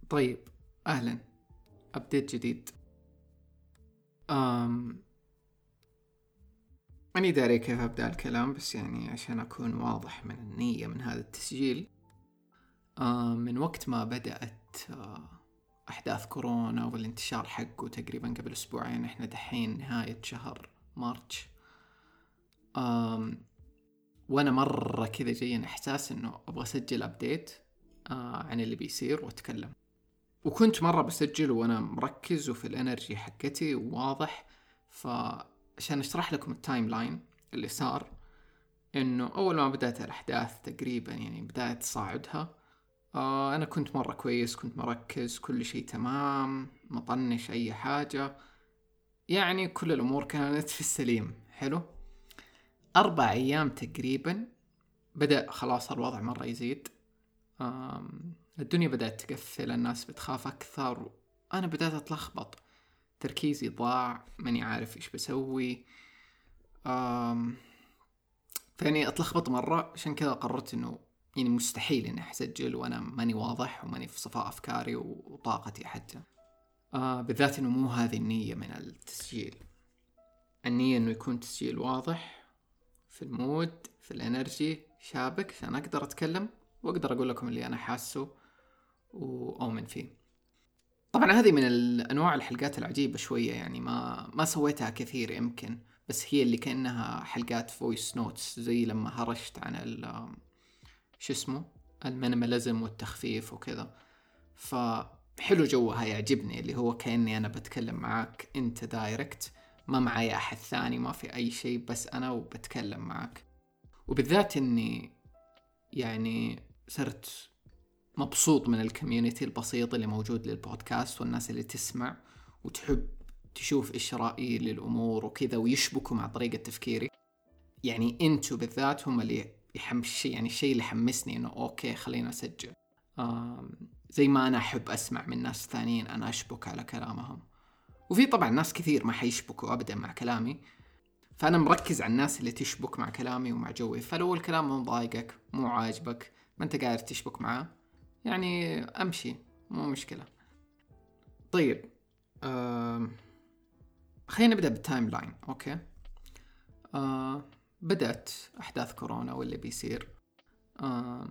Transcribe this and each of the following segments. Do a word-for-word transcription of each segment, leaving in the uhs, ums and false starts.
طيب، أهلا. أبديت جديد. أم... أني داري كيف أبدأ الكلام، بس يعني عشان أكون واضح من النية من هذا التسجيل. أم... من وقت ما بدأت أه... أحداث كورونا والانتشار حقه تقريبا قبل أسبوعين، إحنا دحين نهاية شهر مارتش. أم... وأنا مرة كذا جاي إحساس إنه أبغى أسجل أبديت أه... عن اللي بيصير وأتكلم، وكنت مرة بسجل وأنا مركز وفي الانرجي حقتي وواضح. فعشان أشرح لكم التايم لاين اللي صار، إنه أول ما بدأت الأحداث تقريبا يعني بداية تصاعدها، آه أنا كنت مرة كويس، كنت مركز، كل شيء تمام، مطنش أي حاجة، يعني كل الأمور كانت في السليم. حلو. أربع أيام تقريبا بدأ خلاص الوضع مرة يزيد. آم، الدنيا بدأت تقفل، الناس بتخاف أكثر، أنا بدأت أتلخبط، تركيزي ضاع، ماني عارف إيش بسوي. آم، فيعني أتلخبط مرة، عشان كذا قررت إنه يعني مستحيل إني أسجل وأنا ماني واضح وماني في صفاء أفكاري وطاقتي حتى. آه بالذات إنه مو هذه النية من التسجيل. النية إنه يكون تسجيل واضح، في المود، في الانرجي، شابك، عشان أقدر أتكلم وأقدر أقول لكم اللي أنا حاسه وأؤمن فيه. طبعا هذه من الأنواع الحلقات العجيبة شوية، يعني ما ما سويتها كثير يمكن، بس هي اللي كأنها حلقات فويس نوتس، زي لما هرشت عن ال شو اسمه المينيماليزم والتخفيف وكذا. فحلو جوها، يعجبني، اللي هو كأني أنا بتكلم معاك أنت دايركت، ما معي أحد ثاني، ما في أي شيء، بس أنا وبتكلم معاك. وبالذات إني يعني صرت مبسوط من الكوميونيتي البسيط اللي موجود للبودكاست، والناس اللي تسمع وتحب تشوف إيش رأيي للأمور وكذا، ويشبكوا مع طريقة تفكيري. يعني أنتوا بالذات هم اللي يحمس، يعني الشيء اللي حمسني إنه أوكي خلينا أسجل. زي ما أنا أحب أسمع من ناس ثانيين، أنا أشبك على كلامهم. وفي طبعا ناس كثير ما حيشبكوا أبدا مع كلامي، فأنا مركز على الناس اللي تشبك مع كلامي ومع جوي. فلو الكلام مو ضايقك، مو عاجبك، ما أنت قادر تشبك معاه، يعني أمشي، مو مشكلة. طيب، أه... خلينا نبدأ بالتايم لاين. أوكي. أه... بدأت أحداث كورونا واللي بيصير. أه...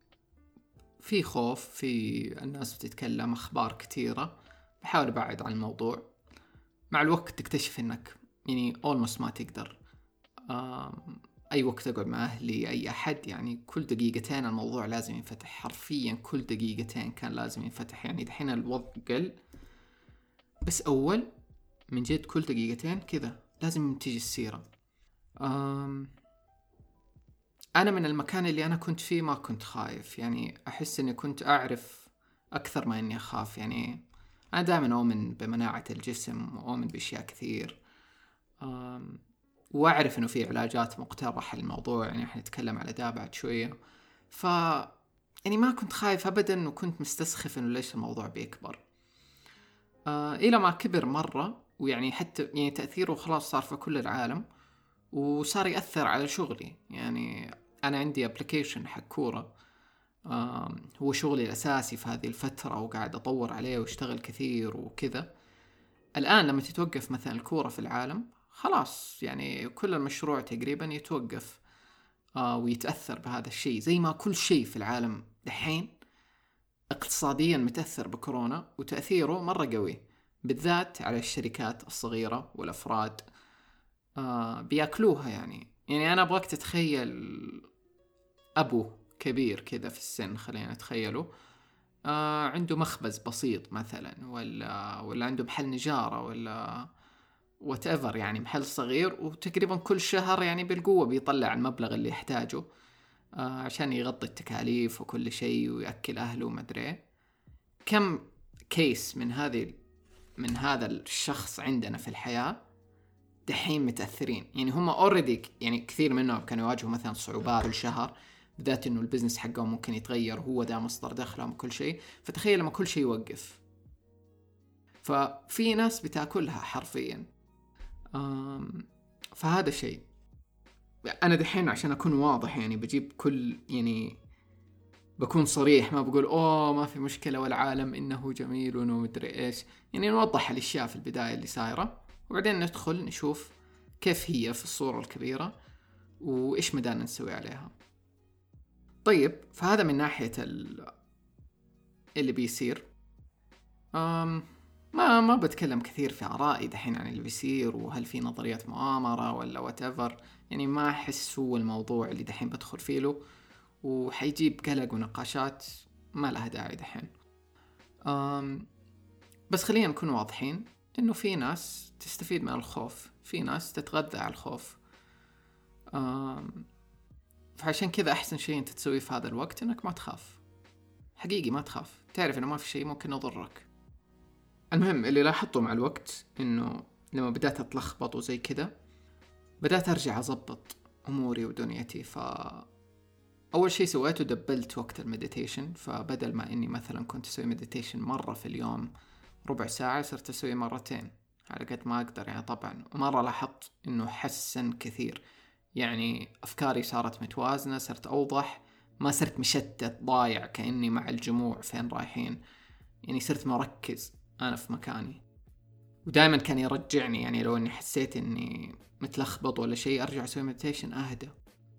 في خوف، في الناس بتتكلم أخبار كثيرة، بحاول أبعد عن الموضوع. مع الوقت تكتشف إنك يعني almost ما تقدر. أه... أي وقت أقعد مع أهلي، أي أحد، يعني كل دقيقتين الموضوع لازم ينفتح، حرفيا كل دقيقتين كان لازم ينفتح. يعني دحين الوضع قل، بس أول من جد كل دقيقتين كذا لازم تيجي السيرة. أم أنا من المكان اللي أنا كنت فيه ما كنت خايف، يعني أحس أني كنت أعرف أكثر ما أني أخاف. يعني أنا دائما أؤمن بمناعة الجسم وأؤمن بأشياء كثير، أم وأعرف أنه في علاجات مقترحة للموضوع، يعني إحنا نتكلم على ده بعد شوية. ف يعني ما كنت خايف أبدا، وكنت مستسخف أنه ليش الموضوع بيكبر. أه إلى ما كبر مرة، ويعني حتى يعني تأثيره خلاص صار في كل العالم، وصار يأثر على شغلي. يعني أنا عندي أبليكيشن حق كورة، هو شغلي الأساسي في هذه الفترة، وقاعد أطور عليه واشتغل كثير وكذا. الآن لما تتوقف مثلا الكورة في العالم، خلاص يعني كل المشروع تقريبا يتوقف آه ويتأثر بهذا الشيء، زي ما كل شيء في العالم دحين اقتصاديا متأثر بكورونا، وتأثيره مرة قوي بالذات على الشركات الصغيرة والأفراد. آه بياكلوها. يعني يعني أنا أبغاك تتخيل أبو كبير كذا في السن، خلينا نتخيله، آه عنده مخبز بسيط مثلا، ولا ولا عنده محل نجارة، ولا whatever، يعني محل صغير، وتقريبا كل شهر يعني بالقوة بيطلع المبلغ اللي يحتاجه آه عشان يغطي التكاليف وكل شيء ويأكل أهله ومدري. كم كيس من هذه من هذا الشخص عندنا في الحياة دحين متأثرين. يعني هم already يعني كثير منهم كانوا يواجهوا مثلا صعوبات كل شهر، بذات انه البزنس حقهم ممكن يتغير، وهو ده مصدر دخلهم وكل شيء. فتخيل لما كل شيء يوقف، ففي ناس بتاكلها حرفيا. فهذا شيء. انا دحين عشان اكون واضح يعني بجيب كل يعني بكون صريح، ما بقول أوه ما في مشكلة والعالم إنه جميل ومدري إيش. يعني نوضح الأشياء في البداية اللي صايرة، وبعدين ندخل نشوف كيف هي في الصورة الكبيرة وإيش مدانا نسوي عليها. طيب فهذا من ناحية اللي بيصير. أم ما ما بتكلم كثير في آرائي دحين عن اللي بيصير وهل في نظريات مؤامرة ولا whatever. يعني ما أحس هو الموضوع اللي دحين بدخل فيه له، وحيجيب قلق ونقاشات ما لها داعي دحين. أم بس خلينا نكون واضحين إنه في ناس تستفيد من الخوف، في ناس تتغذى على الخوف. أم فعشان كذا أحسن شيء أنت تسويه في هذا الوقت إنك ما تخاف، حقيقي ما تخاف، تعرف إنه ما في شيء ممكن يضرك. المهم اللي لاحظته مع الوقت إنه لما بدأت أتلخبط وزي كذا بدأت أرجع أضبط أموري ودنيتي. فأول شيء سويته دبلت وقت المديتيشن، فبدل ما إني مثلا كنت أسوي مديتيشن مرة في اليوم ربع ساعة صرت أسوي مرتين على قد ما أقدر يعني طبعا. ومرة لاحظت إنه حسن كثير، يعني أفكاري صارت متوازنة، صرت أوضح، ما صرت مشتت ضايع كأني مع الجموع فين رايحين. يعني صرت مركز أنا في مكاني، ودائما كان يرجعني. يعني لو أني حسيت أني متلخبط ولا شيء أرجع أسوي مديتيشن أهدى.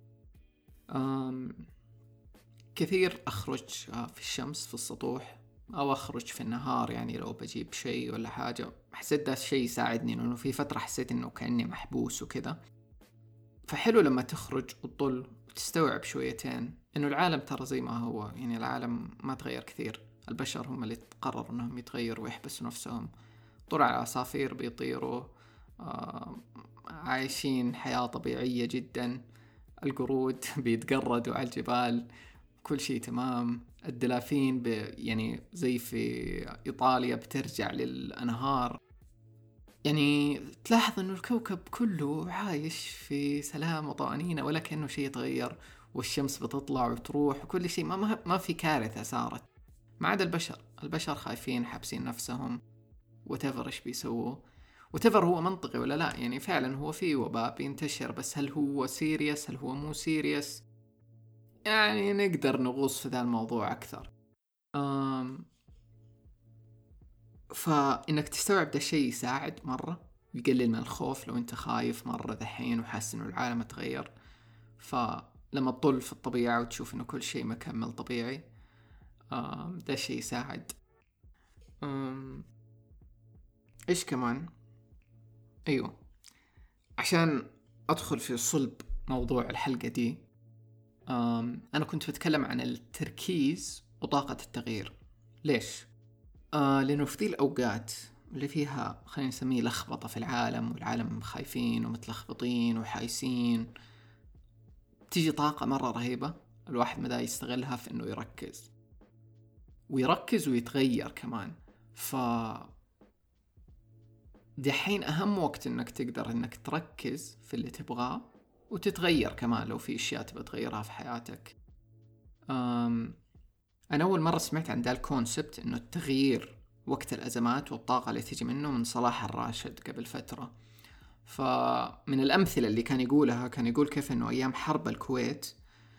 أم كثير أخرج في الشمس في السطوح، أو أخرج في النهار يعني لو بجيب شيء ولا حاجة. حسيت ده الشيء يساعدني، لأنه في فترة حسيت أنه كأني محبوس وكذا. فحلو لما تخرج وتطل وتستوعب شويتين أنه العالم ترى زي ما هو. يعني العالم ما تغير كثير، البشر هم اللي تقرروا أنهم يتغيروا ويحبسوا نفسهم. طلع العصافير بيطيروا، آه عايشين حياة طبيعية جدا. القرود بيتقردوا على الجبال، كل شيء تمام. الدلافين يعني زي في إيطاليا بترجع للأنهار. يعني تلاحظ أنه الكوكب كله عايش في سلام وطمأنينة، ولا كأنه شيء يتغير، والشمس بتطلع وتروح وكل شيء. ما, ما, ما في كارثة صارت، ما عدا البشر. البشر خايفين، حابسين نفسهم، whatever إيش بيسووا. whatever هو منطقي ولا لا، يعني فعلا هو في وباء بينتشر، بس هل هو سيريس هل هو مو سيريس؟ يعني نقدر نغوص في ذا الموضوع أكثر. أم فإنك تستوعب ده الشيء يساعد مرة، يقلل من الخوف. لو أنت خايف مرة ذحين وحاسس إنه العالم اتغير، فلما تطل في الطبيعة وتشوف إنه كل شيء مكمل طبيعي، ده الشيء يساعد. أم إيش كمان؟ أيوه، عشان أدخل في صلب موضوع الحلقة دي، أنا كنت بتكلم عن التركيز وطاقة التغيير. ليش؟ آه لأنه في ذي الأوقات اللي فيها خلينا نسميه لخبطة في العالم، والعالم خايفين ومتلخبطين وحايسين، تيجي طاقة مرة رهيبة الواحد مدى يستغلها في أنه يركز ويركز ويتغير كمان. ف دحين أهم وقت أنك تقدر أنك تركز في اللي تبغاه وتتغير كمان لو في أشياء تبغى تغيرها في حياتك. أم أنا أول مرة سمعت عن ذا الكونسبت إنه التغيير وقت الأزمات والطاقة اللي تجي منه من صلاح الراشد قبل فترة. فمن الأمثلة اللي كان يقولها، كان يقول كيف إنه أيام حرب الكويت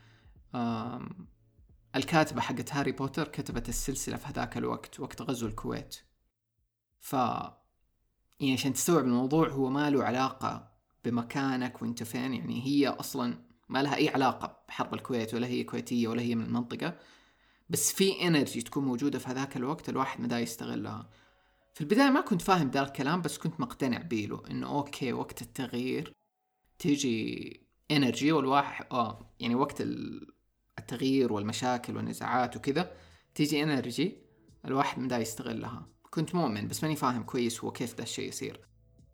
الكاتبة حقت هاري بوتر كتبت السلسلة في هذاك الوقت، وقت غزو الكويت. ف يعني عشان تستوعب الموضوع، هو ما له علاقة بمكانك وانت فين. يعني هي أصلا ما لها أي علاقة بحرب الكويت، ولا هي كويتية ولا هي من المنطقة، بس في انرجي تكون موجودة في هذاك الوقت الواحد مدى يستغلها. في البداية ما كنت فاهم ذا الكلام، بس كنت مقتنع بيله انه اوكي وقت التغيير تيجي انرجي، والواحد آه يعني وقت التغيير والمشاكل والنزاعات وكذا تيجي انرجي الواحد مدى يستغلها. كنت مؤمن بس ماني فاهم كويس هو كيف ذا الشيء يصير.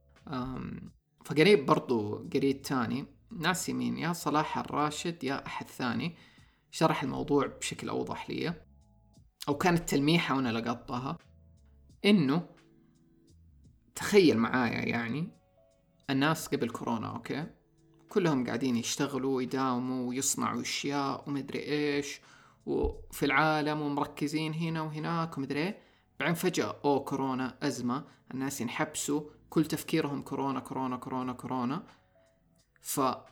فقريب برضو قريت تاني ناسي مين، يا صلاح الراشد يا أحد ثاني، شرح الموضوع بشكل أوضح لي، أو كانت تلميحة وأنا لقطتها، إنه تخيل معايا يعني الناس قبل كورونا أوكي كلهم قاعدين يشتغلوا ويداوموا ويصنعوا أشياء ومدري إيش وفي العالم ومركزين هنا وهناك ومدري إيه. بعدين فجأة أو كورونا أزمة، الناس ينحبسوا، كل تفكيرهم كورونا كورونا كورونا كورونا. فكل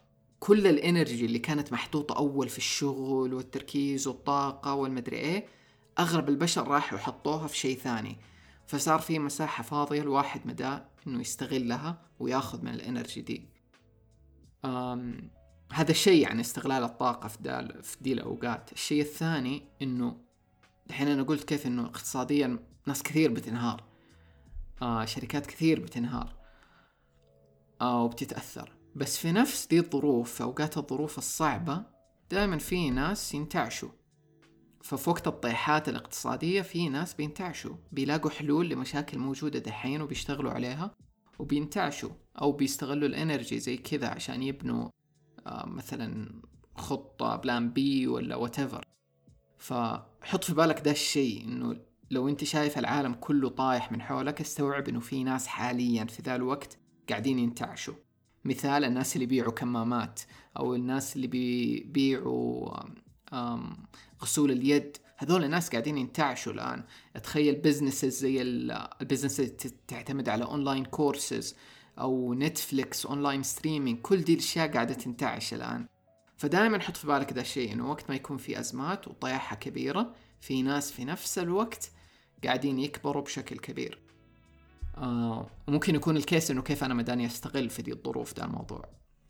كل الانرجي اللي كانت محطوطة اول في الشغل والتركيز والطاقة والمدري ايه، اغلب البشر راحوا يحطوها في شيء ثاني، فصار في مساحة فاضية الواحد مدى انه يستغلها وياخذ من الانرجي دي. أم هذا الشيء عن استغلال الطاقة في, دال في دي الأوقات. الشيء الثاني إنه الحين أنا قلت كيف إنه اقتصاديا ناس كثير بتنهار، آه شركات كثير بتنهار آه وبتتأثر، بس في نفس دي الظروف، في أوقات الظروف الصعبة دائما في ناس ينتعشوا. ففي وقت الطيحات الاقتصادية في ناس بينتعشوا، بيلاقوا حلول لمشاكل موجودة دحين وبيشتغلوا عليها وبينتعشوا، أو بيستغلوا الانرجي زي كذا عشان يبنوا آه مثلا خطة بلان بي ولا whatever. فحط في بالك ده الشيء، إنه لو أنت شايف العالم كله طايح من حولك، استوعب إنه في ناس حاليا في ذا الوقت قاعدين ينتعشوا. مثال الناس اللي بيعوا كمامات، أو الناس اللي بيبيعوا غسول اليد، هذول الناس قاعدين ينتعشوا الآن. تخيل بيزنسز زي البيزنس اللي تعتمد على أونلاين كورسز أو نتفليكس أونلاين ستريمينج، كل دي الأشياء قاعدة تنتعش الآن. فدائما حط في بالك ده الشيء، إنه وقت ما يكون في أزمات وطيحة كبيرة، في ناس في نفس الوقت قاعدين يكبروا بشكل كبير. آه وممكن يكون الكيس إنه كيف أنا مداني أستغل في دي الظروف ده الموضوع.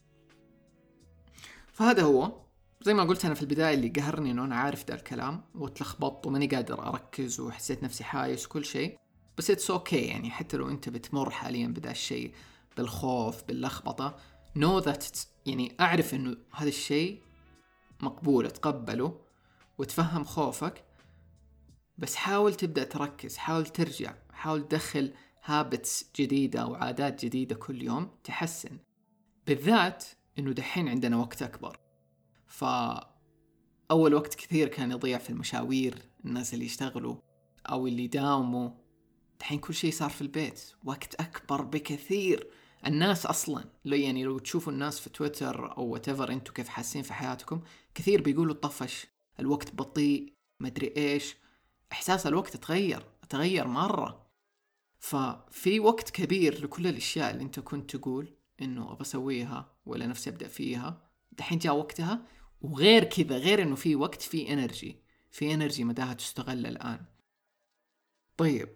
فهذا هو زي ما قلت أنا في البداية، اللي قهرني إنه أنا عارف ده الكلام وتلخبطت وماني قادر أركز وحسيت نفسي حايس وكل شيء، بس it's okay يعني. حتى لو أنت بتمر حاليا بدا الشيء، بالخوف باللخبطة، know that يعني أعرف إنه هذا الشيء مقبول، تقبله وتفهم خوفك، بس حاول تبدأ تركز، حاول ترجع، حاول تدخل هابتس جديدة أو عادات جديدة كل يوم تحسن. بالذات إنه دحين عندنا وقت أكبر، فأول وقت كثير كان يضيع في المشاوير، الناس اللي يشتغلوا أو اللي داوموا، دحين كل شيء صار في البيت، وقت أكبر بكثير. الناس أصلا لو يعني لو تشوفوا الناس في تويتر أو whatever أنتوا كيف حاسين في حياتكم، كثير بيقولوا طفش، الوقت بطيء، مدري إيش، إحساس الوقت تغير تغير مرة. ففي وقت كبير لكل الأشياء اللي أنت كنت تقول إنه أبى أسويها ولا نفسي أبدأ فيها، دحين جاء وقتها. وغير كذا، غير إنه في وقت، في إنرجي في إنرجي مداها تستغل الآن. طيب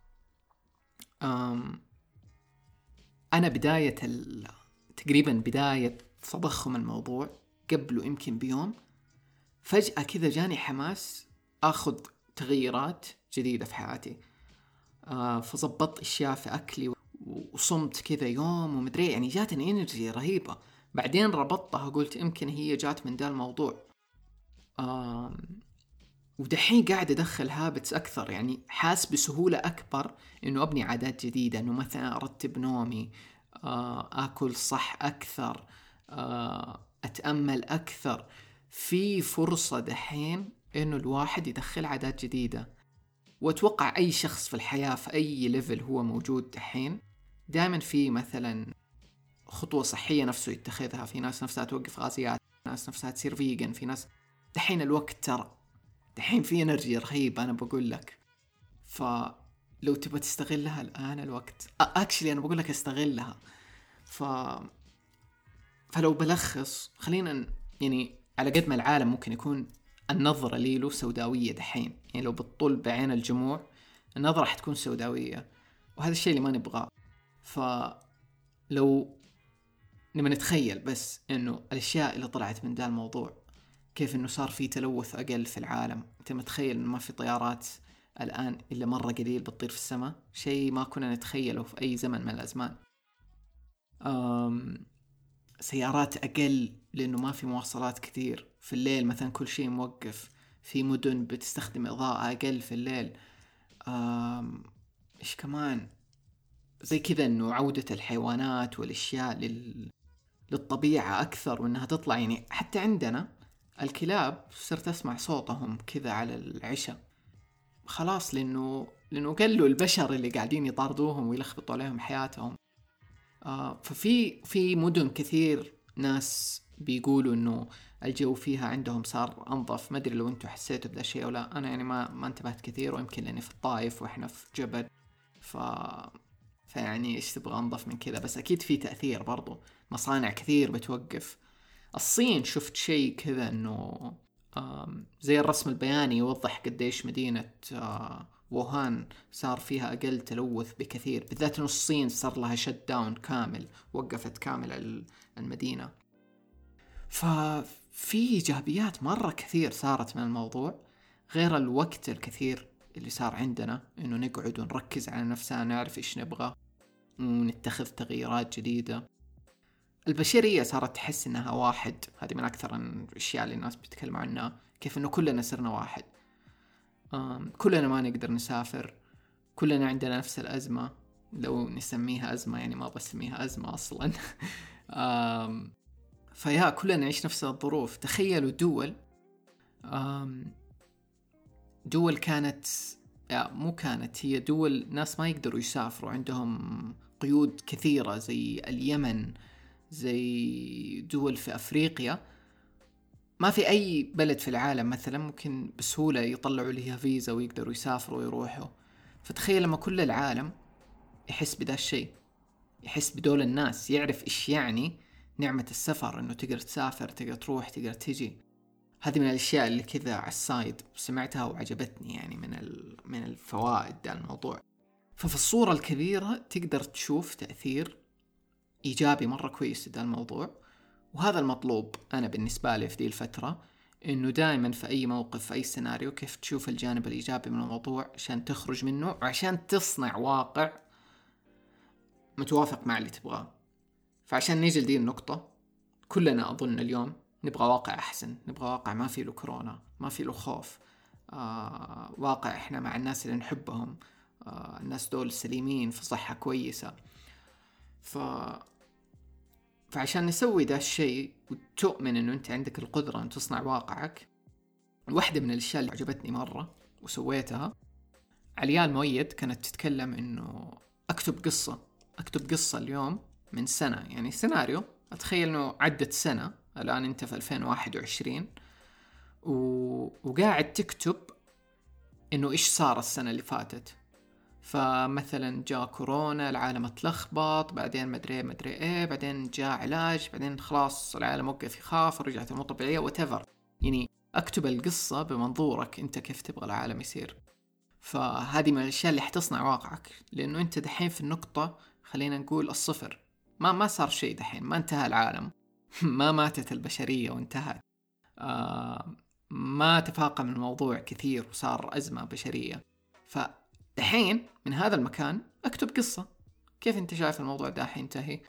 أم أنا بداية ال... تقريبا بداية تضخم الموضوع قبله يمكن بيوم، فجأة كذا جاني حماس أخذ تغييرات جديدة في حياتي. آه فضبطت أشياء في أكلي وصمت كذا يوم ومدري، يعني جاتني إنرجي رهيبة. بعدين ربطتها قلت يمكن هي جات من دا الموضوع. آه ودحين قاعد أدخل هابتس أكثر، يعني حاس بسهولة أكبر إنه أبني عادات جديدة، إنه مثلا أرتب نومي، آه أكل صح أكثر، آه أتأمل أكثر. في فرصة دحين إنه الواحد يدخل عادات جديدة. وأتوقع أي شخص في الحياة في أي ليفل هو موجود دحين، دائما في مثلا خطوة صحية نفسه يتخذها. في ناس نفسها توقف غازيات، في ناس نفسها تصير فيجن، في ناس دحين الوقت ترى دحين في انرجي رهيب أنا بقول لك. فلو تبغى تستغلها الآن الوقت، اكشلي أنا بقول لك استغلها. ف... فلو بلخص خلينا يعني، على قد ما العالم ممكن يكون النظرة لي له سوداوية دحين، يعني لو بتطل بعين الجموع النظرة حتكون سوداوية، وهذا الشيء اللي ما نبغاه. فلو لما نتخيل بس إنه الأشياء اللي طلعت من ده الموضوع، كيف إنه صار في تلوث أقل في العالم، أنت متخيل إنه ما في طيارات الآن إلا مرة قليل بتطير في السماء، شيء ما كنا نتخيله في أي زمن من الأزمان. أم سيارات أقل لأنه ما في مواصلات كثير في الليل، مثلا كل شيء موقف، في مدن بتستخدم إضاءة أقل في الليل. أم إيش كمان زي كذا، إنه عودة الحيوانات والأشياء لل... للطبيعة أكثر، وإنها تطلع. يعني حتى عندنا الكلاب صرت أسمع صوتهم كذا على العشاء، خلاص لأنه لأنه قلوا البشر اللي قاعدين يطاردوهم ويلخبطوا عليهم حياتهم. آه ففي في مدن كثير ناس بيقولوا إنه الجو فيها عندهم صار أنظف. ما أدري لو أنتوا حسيتوا بدا الشيء أو لا، أنا يعني ما ما انتبهت كثير، ويمكن لأني في الطائف وإحنا في جبل، ف فيعني إيش تبغى أنظف من كذا. بس أكيد في تأثير برضو، مصانع كثير بتوقف، الصين شفت شيء كذا إنه زي الرسم البياني يوضح قديش مدينة ووهان صار فيها أقل تلوث بكثير، بالذات إنه الصين صار لها شت داون كامل، وقفت كامل المدينة. ففي إيجابيات مرة كثير صارت من الموضوع، غير الوقت الكثير اللي صار عندنا إنه نقعد ونركز على نفسنا، نعرف إيش نبغى ونتخذ تغييرات جديدة. البشرية صارت تحس إنها واحد، هذه من أكثر الأشياء اللي الناس بيتكلم عنها، كيف إنه كلنا صرنا واحد. كلنا ما نقدر نسافر، كلنا عندنا نفس الأزمة، لو نسميها أزمة يعني ما بسميها أزمة أصلا. فيا كلنا نعيش نفس الظروف. تخيلوا دول دول كانت يا مو كانت هي دول ناس ما يقدروا يسافروا، عندهم قيود كثيرة زي اليمن، زي دول في أفريقيا ما في أي بلد في العالم مثلا ممكن بسهولة يطلعوا لها فيزا ويقدروا يسافروا ويروحوا. فتخيل لما كل العالم يحس بدا الشيء، يحس بدول الناس، يعرف إيش يعني نعمة السفر، إنه تقدر تسافر، تقدر تروح، تقدر تيجي. هذه من الأشياء اللي كذا على السايد سمعتها وعجبتني، يعني من من الفوائد ده الموضوع. ففي الصورة الكبيرة تقدر تشوف تأثير إيجابي مرة كويس ده الموضوع، وهذا المطلوب أنا بالنسبة لي في دي الفترة، إنه دائما في أي موقف في أي سيناريو كيف تشوف الجانب الإيجابي من الموضوع عشان تخرج منه، وعشان تصنع واقع متوافق مع اللي تبغاه. فعشان نيجي لدي النقطة، كلنا أظن اليوم نبغى واقع أحسن، نبغى واقع ما فيه له كورونا، ما فيه له خوف، آه واقع إحنا مع الناس اللي نحبهم، آه الناس دول سليمين في صحة كويسة. ف... فعشان نسوي ده الشيء وتؤمن إنه أنت عندك القدرة أن تصنع واقعك، واحدة من الأشياء اللي عجبتني مرة وسويتها، علياء المؤيد كانت تتكلم إنه أكتب قصة أكتب قصة اليوم من سنة، يعني سيناريو، أتخيل إنه عدت سنة الآن أنت في ألفين وواحد وعشرين و... وقاعد تكتب إنه إيش صار السنة اللي فاتت. فمثلا جاء كورونا، العالم اتلخبط، بعدين مدري مدري إيه، بعدين جاء علاج، بعدين خلاص العالم وقف يخاف ورجعت المو طبيعية whatever. يعني أكتب القصة بمنظورك أنت كيف تبغى العالم يصير. فهذه من الأشياء اللي حتصنع واقعك، لأنه أنت دحين في النقطة خلينا نقول الصفر، ما ما صار شيء دحين، ما انتهى العالم. ما ماتت البشرية وانتهت، آه ما تفاقم الموضوع كثير وصار أزمة بشرية. فدحين من هذا المكان أكتب قصة كيف أنت شايف الموضوع ده حينتهي.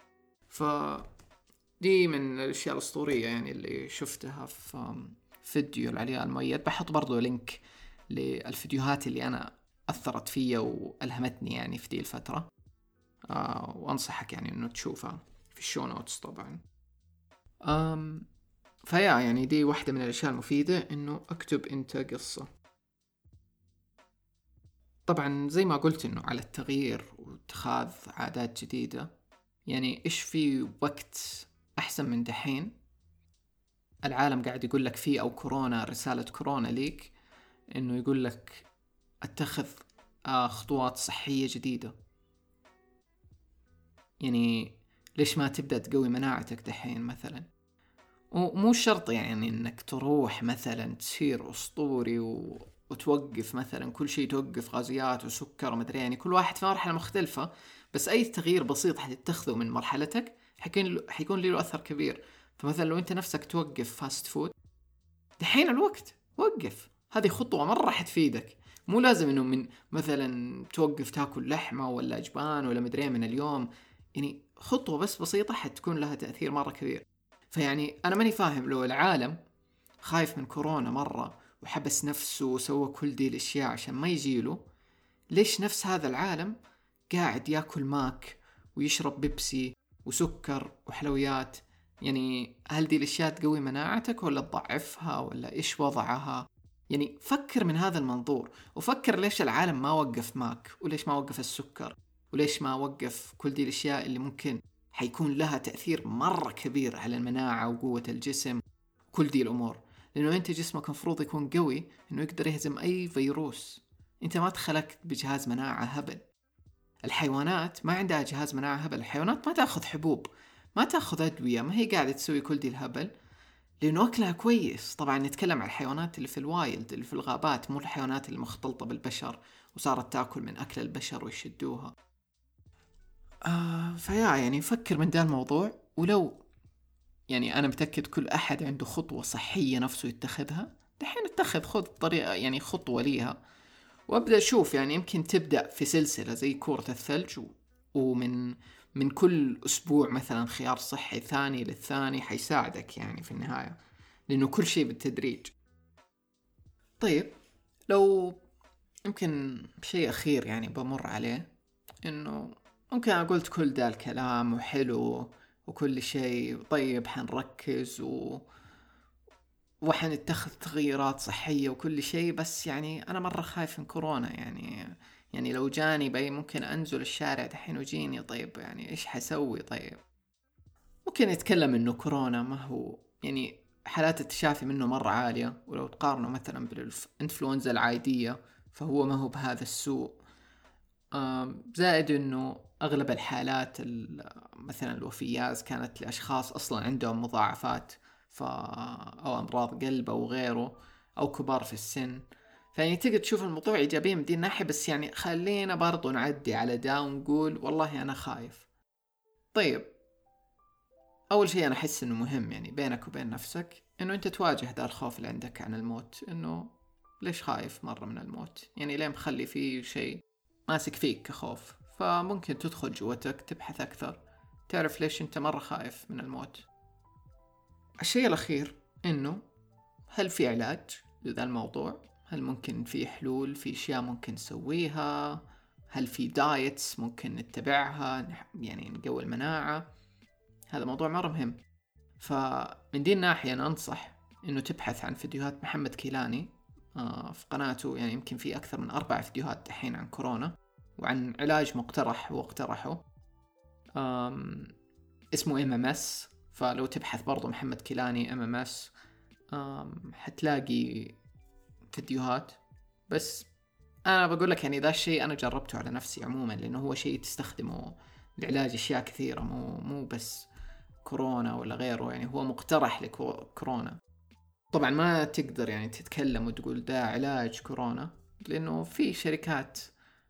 فدي من الأشياء الأسطورية يعني اللي شفتها في فيديو العلياء المؤيد. بحط برضو لينك للفيديوهات اللي أنا أثرت فيا وألهمتني يعني في دي الفترة، آه وأنصحك يعني أنه تشوفها في الشو نوتس طبعا. أم فيا يعني دي واحدة من الأشياء المفيدة، إنه أكتب أنت قصة. طبعا زي ما قلت إنه على التغيير واتخاذ عادات جديدة، يعني إيش في وقت أحسن من دحين العالم قاعد يقول لك فيه، أو كورونا رسالة كورونا ليك إنه يقول لك اتخذ آه خطوات صحية جديدة. يعني ليش ما تبدأ تقوي مناعتك دحين مثلا؟ ومو شرط يعني انك تروح مثلا تصير اسطوري و... وتوقف مثلا كل شيء، توقف غازيات وسكر ومدري، يعني كل واحد في مرحلة مختلفة، بس اي تغيير بسيط حتتخذه من مرحلتك حيكون حيكون له اثر كبير. فمثلا لو انت نفسك توقف فاست فود دحين الوقت، وقف، هذه خطوة مرة حتفيدك. مو لازم انه من مثلا توقف تاكل لحمة ولا اجبان ولا مدري من اليوم، يعني خطوة بس بسيطة حتكون لها تأثير مرة كبير. فيعني أنا ماني فاهم، لو العالم خايف من كورونا مرة وحبس نفسه وسوى كل دي الأشياء عشان ما يجيله، ليش نفس هذا العالم قاعد يأكل ماك ويشرب بيبسي وسكر وحلويات؟ يعني هل دي الأشياء تقوي مناعتك ولا تضعفها ولا إيش وضعها؟ يعني فكر من هذا المنظور، وفكر ليش العالم ما وقف ماك، وليش ما وقف السكر، وليش ما وقف كل دي الأشياء اللي ممكن حيكون لها تأثير مرة كبير على المناعة وقوة الجسم، كل دي الأمور. لأنه أنت جسمك مفروض يكون قوي إنه يقدر يهزم أي فيروس. أنت ما تخلقت بجهاز مناعة هبل. الحيوانات ما عندها جهاز مناعة هبل، الحيوانات ما تأخذ حبوب، ما تأخذ أدوية، ما هي قاعدة تسوي كل دي الهبل لأنه أكلها كويس. طبعا نتكلم عن الحيوانات اللي في الوايلد، اللي في الغابات، مو الحيوانات اللي مختلطة بالبشر وصارت تاكل من أكل البشر ويشدوها. آه فيا يعني فكر من ده الموضوع. ولو يعني أنا متأكد كل أحد عنده خطوة صحية نفسه يتخذها، دحين اتخذ خذ طريقة يعني خطوة ليها، وابدأ شوف يعني يمكن تبدأ في سلسلة زي كرة الثلج، و... ومن من كل أسبوع مثلا خيار صحي ثاني للثاني حيساعدك يعني في النهاية، لأنه كل شيء بالتدريج. طيب لو يمكن شيء أخير يعني بمر عليه، إنه ممكن أنا قلت كل ده الكلام وحلو وكل شيء طيب، حنركز و... وحنتخذ تغييرات صحية وكل شيء، بس يعني أنا مرة خايف من كورونا. يعني يعني لو جاني بي ممكن أنزل الشارع دحين وجيني، طيب يعني إيش حسوي؟ طيب ممكن يتكلم إنه كورونا ما هو يعني حالات التشافي منه مرة عالية، ولو تقارنه مثلا بالإنفلونزا العادية فهو ما هو بهذا السوء. زائد إنه أغلب الحالات مثلا الوفيات كانت لأشخاص أصلا عندهم مضاعفات ف... أو أمراض قلب أو غيره، أو كبار في السن. فيعني تقدر تشوف الموضوع إيجابي من دي الناحية، بس يعني خلينا برضو نعدي على دا ونقول والله أنا خايف. طيب أول شيء أنا أحس إنه مهم يعني بينك وبين نفسك إنه أنت تواجه دا الخوف اللي عندك عن الموت، إنه ليش خايف مرة من الموت؟ يعني ليه مخلي فيه شيء ماسك فيك كخوف؟ فممكن تدخل جوتك تبحث أكثر، تعرف ليش أنت مرة خايف من الموت. الشيء الأخير إنه هل في علاج لذا الموضوع؟ هل ممكن في حلول، في أشياء ممكن نسويها؟ هل في دايتس ممكن نتبعها يعني نقوي المناعة؟ هذا موضوع مرة مهم. فمن دي الناحية أنا أنصح إنه تبحث عن فيديوهات محمد كيلاني آه في قناته، يعني يمكن في أكثر من أربع فيديوهات دحين عن كورونا وعن علاج مقترح واقترحه اسمه إم إم إس. فلو تبحث برضو محمد كيلاني إم إم إس حتلاقي فيديوهات. بس أنا بقول لك يعني ذا الشيء أنا جربته على نفسي عموما، لأنه هو شيء تستخدمه لعلاج أشياء كثيرة، مو مو بس كورونا ولا غيره. يعني هو مقترح لكورونا. طبعا ما تقدر يعني تتكلم وتقول ده علاج كورونا، لأنه في شركات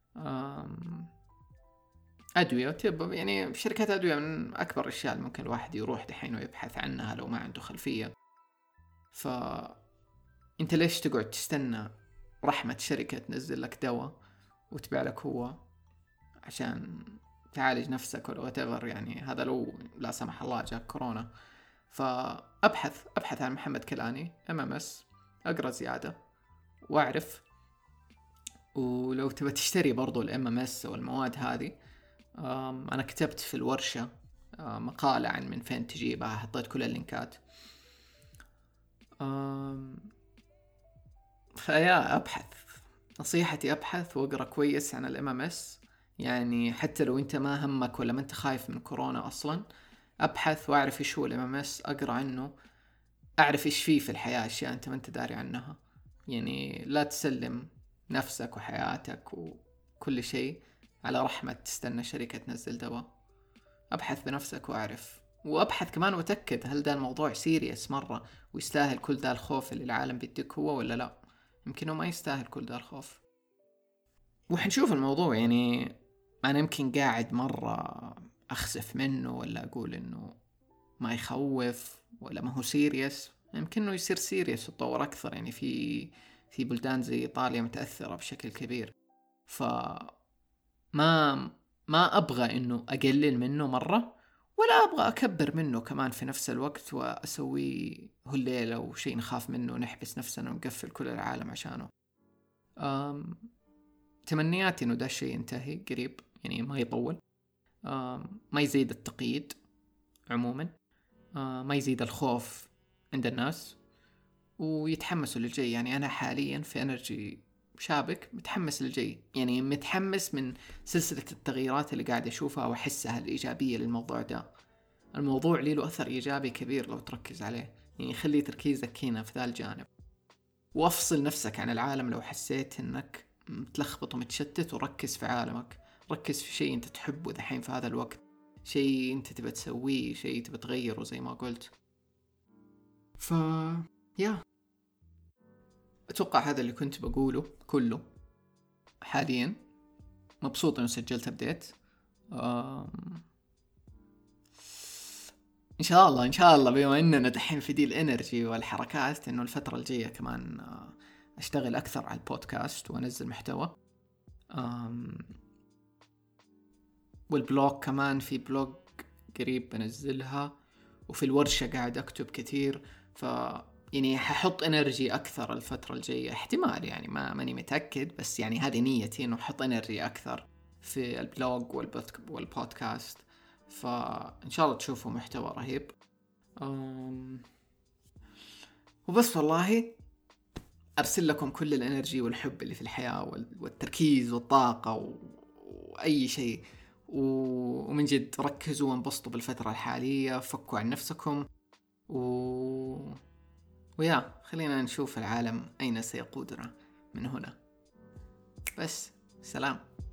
أدوية تب يعني شركات أدوية من أكبر الأشياء اللي ممكن الواحد يروح دحين ويبحث عنها لو ما عنده خلفية. فأنت ليش تقعد تستنى رحمة شركة تنزل لك دواء وتبيع لك هو عشان تعالج نفسك ولا whatever؟ يعني هذا لو لا سمح الله جاك كورونا. فأبحث أبحث عن محمد كيلاني إم إم إس، أقرأ زيادة وأعرف. ولو تبى تشتري برضو ال إم إم إس والمواد هذه، أنا كتبت في الورشة مقالة عن من فين تجيبها، حطيت كل اللينكات. فيا أبحث، نصيحتي أبحث وأقرأ كويس عن ال إم إم إس. يعني حتى لو أنت ما همك ولا ما أنت خايف من كورونا أصلا، أبحث وأعرف إيش هو ال إم إم إس، أقرأ عنه، أعرف إيش فيه في الحياة أشياء أنت ما أنت داري عنها. يعني لا تسلم نفسك وحياتك وكل شيء على رحمة تستنى شركة تنزل دواء. أبحث بنفسك وأعرف، وأبحث كمان وأتأكد هل ده الموضوع سيريس مرة ويستاهل كل ده الخوف اللي العالم بيديك هو ولا لا. يمكنه ما يستاهل كل ده الخوف، وحنشوف الموضوع. يعني أنا يمكن قاعد مرة أخسف منه ولا أقول إنه ما يخوف ولا ما هو سيريس، يمكنه يصير سيريس وتطور أكثر. يعني في في بلدان زي إيطاليا متأثرة بشكل كبير. فما ما أبغى إنه أقلل منه مرة، ولا أبغى أكبر منه كمان في نفس الوقت وأسوي هالليلة وشيء نخاف منه ونحبس نفسنا ونقفل كل العالم عشانه. أم تمنياتي إنه ده الشيء ينتهي قريب، يعني ما يطول، ما يزيد التقييد عموما، ما يزيد الخوف عند الناس، ويتحمسوا للجاي. يعني أنا حاليا في انرجي شابك متحمس للجاي، يعني متحمس من سلسلة التغييرات اللي قاعد أشوفها وأحسها الإيجابية للموضوع ده. الموضوع لي له أثر إيجابي كبير لو تركز عليه، يعني خلي تركيزك هنا في ذا الجانب، وأفصل نفسك عن العالم لو حسيت إنك متلخبط ومتشتت، وركز في عالمك، ركز في شيء أنت تحبه دحين في هذا الوقت، شيء أنت تبى تسويه، شيء تبى تغيره زي ما قلت. ف يا أتوقع هذا اللي كنت بقوله كله حاليا. مبسوط إنه سجلت أبديت. أم... إن شاء الله إن شاء الله بما إننا دحين في دي الإنرجي والحركات، إنه الفترة الجاية كمان أشتغل أكثر على البودكاست وأنزل محتوى. أم... والبلوج كمان، في بلوج قريب بنزلها، وفي الورشة قاعد أكتب كثير. ف يعني ححط انرجي اكثر الفترة الجاية احتمال، يعني ما ماني متأكد، بس يعني هذه نيتي انه احط انرجي اكثر في البلوج والبودكاست. فان شاء الله تشوفوا محتوى رهيب. أم... وبس والله ارسل لكم كل الانرجي والحب اللي في الحياة والتركيز والطاقة و... واي شيء. ومن جد ركزوا وانبسطوا بالفترة الحالية، فكوا عن نفسكم و... ويا خلينا نشوف العالم أين سيقودنا من هنا. بس سلام.